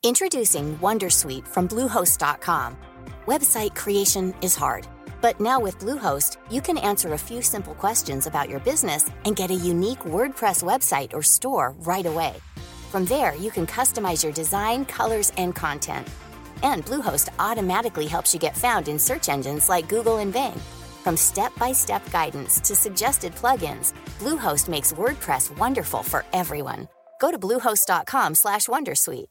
Introducing Wondersuite from Bluehost.com. Website creation is hard, but now with Bluehost, you can answer a few simple questions about your business and get a unique WordPress website or store right away. From there, you can customize your design, colors, and content. And Bluehost automatically helps you get found in search engines like Google and Bing. From step-by-step guidance to suggested plugins, Bluehost makes WordPress wonderful for everyone. Go to bluehost.com/wondersuite.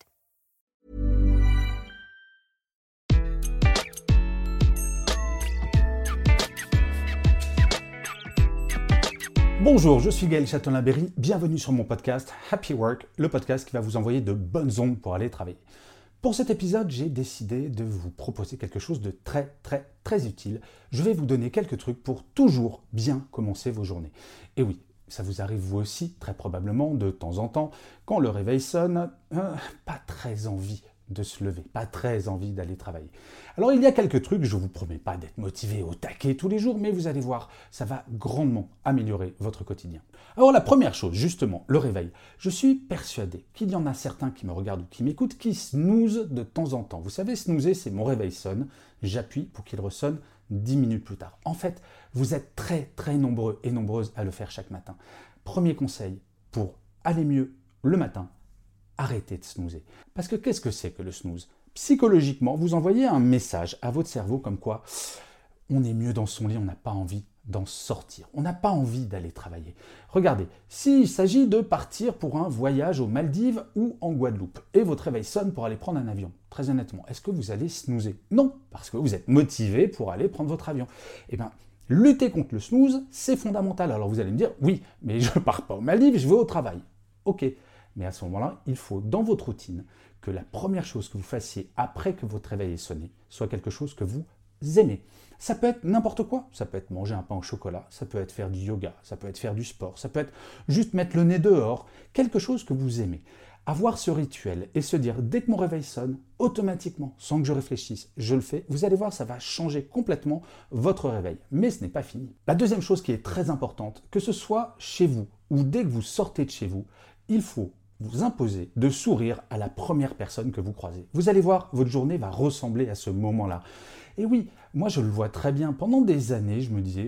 Bonjour, je suis Gaël Châtelain-Berry, bienvenue sur mon podcast Happy Work, le podcast qui va vous envoyer de bonnes ondes pour aller travailler. Pour cet épisode, j'ai décidé de vous proposer quelque chose de très utile. Je vais vous donner quelques trucs pour toujours bien commencer vos journées. Et oui, ça vous arrive vous aussi, très probablement, de temps en temps, quand le réveil sonne, pas très envie de se lever, pas très envie d'aller travailler. Alors il y a quelques trucs, je ne vous promets pas d'être motivé au taquet tous les jours, mais vous allez voir, ça va grandement améliorer votre quotidien. Alors la première chose, justement, le réveil. Je suis persuadé qu'il y en a certains qui me regardent ou qui m'écoutent qui snoozent de temps en temps. Vous savez, snoozer, c'est mon réveil sonne, j'appuie pour qu'il ressonne 10 minutes plus tard. En fait, vous êtes très nombreux et nombreuses à le faire chaque matin. Premier conseil pour aller mieux le matin, arrêtez de snoozer. Parce que qu'est-ce que c'est que le snooze ? Psychologiquement, vous envoyez un message à votre cerveau comme quoi on est mieux dans son lit, on n'a pas envie d'en sortir. On n'a pas envie d'aller travailler. Regardez, s'il s'agit de partir pour un voyage aux Maldives ou en Guadeloupe et votre réveil sonne pour aller prendre un avion, très honnêtement, est-ce que vous allez snoozer ? Non, parce que vous êtes motivé pour aller prendre votre avion. Eh bien, lutter contre le snooze, c'est fondamental. Alors vous allez me dire, oui, mais je ne pars pas aux Maldives, je vais au travail. Ok. Mais à ce moment-là, il faut, dans votre routine, que la première chose que vous fassiez après que votre réveil ait sonné soit quelque chose que vous aimez. Ça peut être n'importe quoi. Ça peut être manger un pain au chocolat, ça peut être faire du yoga, ça peut être faire du sport, ça peut être juste mettre le nez dehors, quelque chose que vous aimez. Avoir ce rituel et se dire, dès que mon réveil sonne, automatiquement, sans que je réfléchisse, je le fais, vous allez voir, ça va changer complètement votre réveil. Mais ce n'est pas fini. La deuxième chose qui est très importante, que ce soit chez vous ou dès que vous sortez de chez vous, il faut vous imposez de sourire à la première personne que vous croisez. Vous allez voir, votre journée va ressembler à ce moment-là. Et oui, moi je le vois très bien. Pendant des années, je me disais,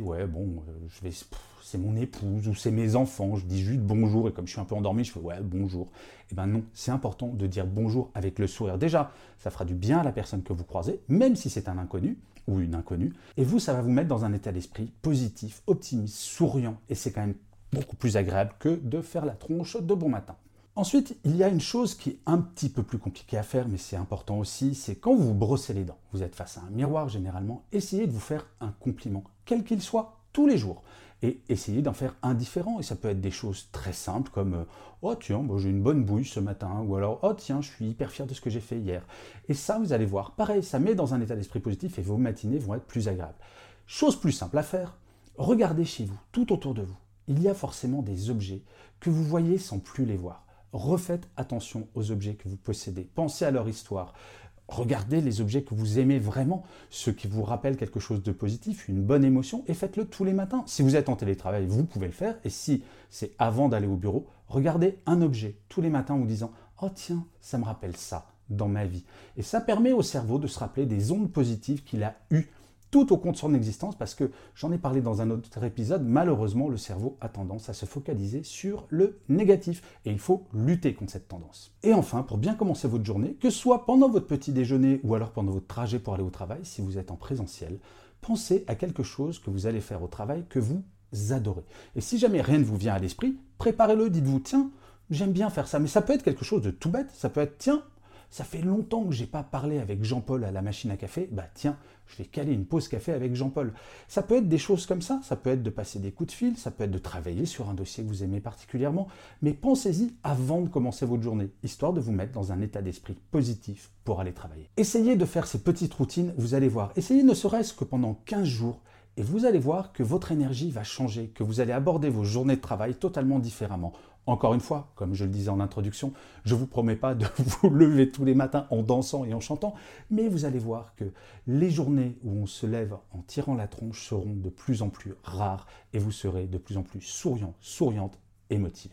c'est mon épouse ou c'est mes enfants. Je dis juste bonjour et comme je suis un peu endormi, je fais ouais, bonjour. Eh bien non, c'est important de dire bonjour avec le sourire. Déjà, ça fera du bien à la personne que vous croisez, même si c'est un inconnu ou une inconnue. Et vous, ça va vous mettre dans un état d'esprit positif, optimiste, souriant. Et c'est quand même beaucoup plus agréable que de faire la tronche de bon matin. Ensuite, il y a une chose qui est un petit peu plus compliquée à faire, mais c'est important aussi, c'est quand vous vous brossez les dents. Vous êtes face à un miroir généralement, essayez de vous faire un compliment, quel qu'il soit, tous les jours. Et essayez d'en faire un différent. Et ça peut être des choses très simples comme « Oh tiens, j'ai une bonne bouille ce matin » ou alors « Oh tiens, je suis hyper fier de ce que j'ai fait hier ». Et ça, vous allez voir, pareil, ça met dans un état d'esprit positif et vos matinées vont être plus agréables. Chose plus simple à faire, regardez chez vous, tout autour de vous. Il y a forcément des objets que vous voyez sans plus les voir. Refaites attention aux objets que vous possédez. Pensez à leur histoire. Regardez les objets que vous aimez vraiment, ceux qui vous rappellent quelque chose de positif, une bonne émotion, et faites-le tous les matins. Si vous êtes en télétravail, vous pouvez le faire. Et si c'est avant d'aller au bureau, regardez un objet tous les matins en vous disant « Oh tiens, ça me rappelle ça dans ma vie ». Et ça permet au cerveau de se rappeler des ondes positives qu'il a eues tout au cours de son existence, parce que j'en ai parlé dans un autre épisode, malheureusement le cerveau a tendance à se focaliser sur le négatif et il faut lutter contre cette tendance. Et enfin, pour bien commencer votre journée, que ce soit pendant votre petit déjeuner ou alors pendant votre trajet pour aller au travail, si vous êtes en présentiel, pensez à quelque chose que vous allez faire au travail que vous adorez. Et si jamais rien ne vous vient à l'esprit, préparez-le, dites-vous tiens, j'aime bien faire ça, mais ça peut être quelque chose de tout bête, ça peut être tiens, ça fait longtemps que je n'ai pas parlé avec Jean-Paul à la machine à café, bah tiens, je vais caler une pause café avec Jean-Paul. Ça peut être des choses comme ça peut être de passer des coups de fil, ça peut être de travailler sur un dossier que vous aimez particulièrement, mais pensez-y avant de commencer votre journée, histoire de vous mettre dans un état d'esprit positif pour aller travailler. Essayez de faire ces petites routines, vous allez voir, essayez ne serait-ce que pendant 15 jours, et vous allez voir que votre énergie va changer, que vous allez aborder vos journées de travail totalement différemment. Encore une fois, comme je le disais en introduction, je ne vous promets pas de vous lever tous les matins en dansant et en chantant, mais vous allez voir que les journées où on se lève en tirant la tronche seront de plus en plus rares et vous serez de plus en plus souriant, souriante et motivé.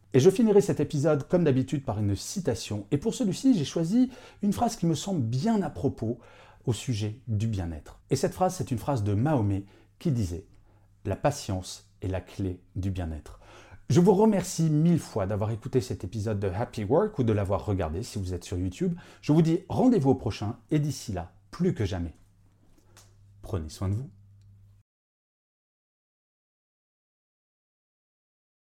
Et je finirai cet épisode comme d'habitude par une citation. Et pour celui-ci, j'ai choisi une phrase qui me semble bien à propos au sujet du bien-être. Et cette phrase, c'est une phrase de Mahomet qui disait « La patience est la clé du bien-être ». Je vous remercie 1000 fois d'avoir écouté cet épisode de Happy Work ou de l'avoir regardé si vous êtes sur YouTube. Je vous dis rendez-vous au prochain et d'ici là, plus que jamais, prenez soin de vous.